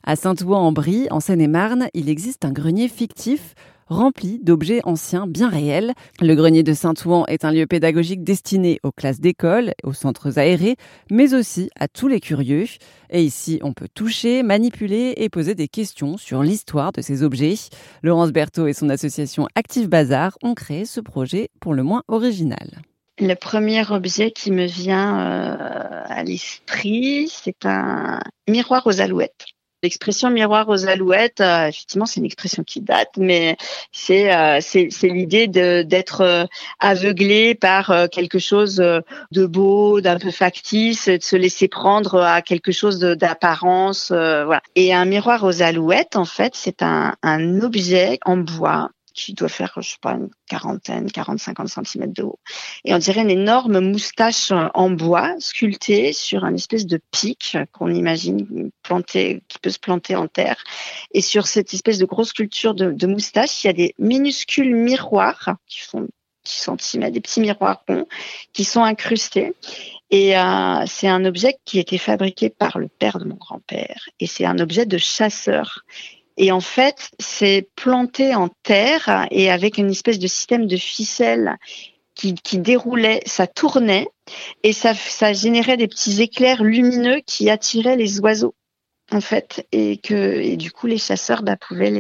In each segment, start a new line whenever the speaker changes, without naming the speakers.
À Saint-Ouen-en-Brie, en Seine-et-Marne, il existe un grenier fictif rempli d'objets anciens bien réels. Le grenier de Saint-Ouen est un lieu pédagogique destiné aux classes d'école, aux centres aérés, mais aussi à tous les curieux. Et ici, on peut toucher, manipuler et poser des questions sur l'histoire de ces objets. Laurence Berthaud et son association Active Bazar ont créé ce projet pour le moins original.
Le premier objet qui me vient à l'esprit, c'est un miroir aux alouettes. L'expression miroir aux alouettes, effectivement, c'est une expression qui date, mais c'est l'idée d'être aveuglé par quelque chose de beau, d'un peu factice, de se laisser prendre à quelque chose d'apparence, voilà. Et un miroir aux alouettes, en fait, c'est un objet en bois qui doit faire, je sais pas, une 40-50 centimètres de haut. Et on dirait une énorme moustache en bois sculptée sur un espèce de pic qu'on imagine planté, qui peut se planter en terre. Et sur cette espèce de grosse sculpture de moustache, il y a des minuscules miroirs qui font 10 centimètres, des petits miroirs ronds qui sont incrustés. Et c'est un objet qui a été fabriqué par le père de mon grand-père. Et c'est un objet de chasseur. Et en fait, c'est planté en terre et avec une espèce de système de ficelle qui déroulait, ça tournait et ça générait des petits éclairs lumineux qui attiraient les oiseaux, en fait, et du coup, les chasseurs pouvaient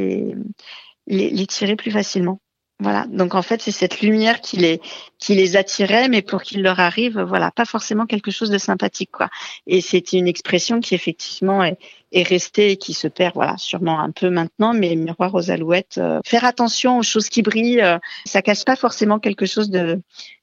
les tirer plus facilement. Voilà. Donc, en fait, c'est cette lumière qui les attirait, mais pour qu'il leur arrive, voilà, pas forcément quelque chose de sympathique, quoi. Et c'était une expression qui, effectivement, est restée et qui se perd, voilà, sûrement un peu maintenant, mais miroir aux alouettes, faire attention aux choses qui brillent, ça cache pas forcément quelque chose de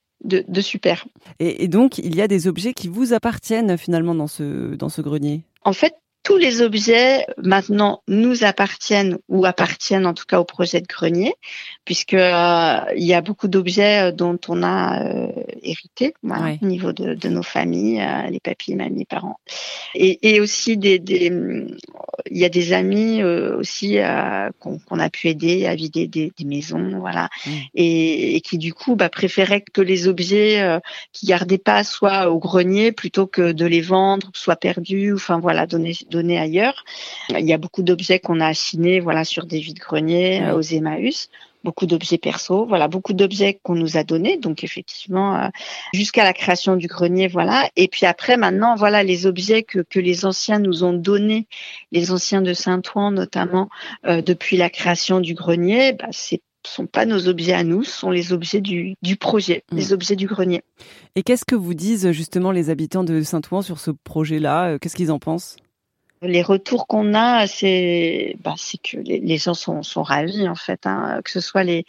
super.
Et donc, il y a des objets qui vous appartiennent finalement dans ce grenier?
En fait, tous les objets maintenant nous appartiennent ou appartiennent en tout cas au projet de grenier, puisque il y a beaucoup d'objets dont on a hérité, voilà,
Ouais.
au niveau de nos familles, les papis, mamies, parents, et aussi il y a des amis aussi qu'on a pu aider à vider des maisons, voilà, et qui du coup préféraient que les objets qu'ils gardaient pas soient au grenier plutôt que de les vendre, soient perdus, enfin voilà, donner ailleurs. Il y a beaucoup d'objets qu'on a achinés, voilà, sur des vides-greniers, aux Emmaüs. Beaucoup d'objets perso, voilà, beaucoup d'objets qu'on nous a donnés, donc effectivement jusqu'à la création du grenier, voilà. Et puis après, maintenant, voilà, les objets que les anciens nous ont donnés, les anciens de Saint-Ouen notamment, depuis la création du grenier, ce sont pas nos objets à nous, ce sont les objets du projet, les objets du grenier.
Et qu'est-ce que vous disent justement les habitants de Saint-Ouen sur ce projet-là? Qu'est-ce qu'ils en pensent?
Les retours qu'on a, c'est que les gens sont ravis, en fait, hein, que ce soit les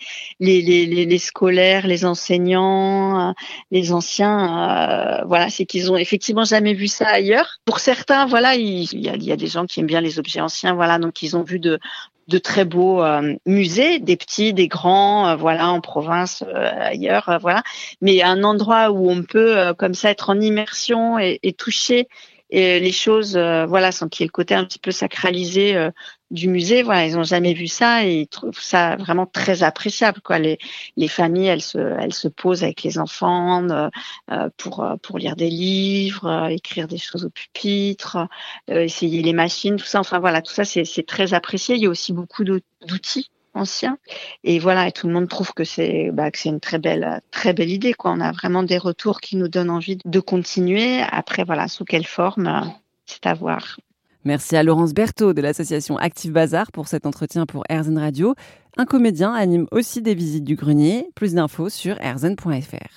scolaires, les enseignants, les anciens, voilà, c'est qu'ils ont effectivement jamais vu ça ailleurs. Pour certains, voilà, il y a des gens qui aiment bien les objets anciens, voilà, donc ils ont vu de très beaux musées, des petits, des grands, voilà, en province, ailleurs, voilà. Mais un endroit où on peut comme ça être en immersion et toucher et les choses, voilà, sans qu'il y ait le côté un petit peu sacralisé du musée, voilà, ils ont jamais vu ça et ils trouvent ça vraiment très appréciable, quoi. Les familles, elles se posent avec les enfants pour lire des livres, écrire des choses au pupitre, essayer les machines, tout ça. Enfin voilà, tout ça c'est très apprécié. Il y a aussi beaucoup d'outils anciens et voilà, et tout le monde trouve que c'est une très belle idée, quoi. On a vraiment des retours qui nous donnent envie de continuer. Après voilà, sous quelle forme, c'est à voir.
Merci à Laurence Berthaud de l'association Active Bazar pour cet entretien pour RZN Radio. Un comédien anime aussi des visites du grenier. Plus d'infos sur rzn.fr.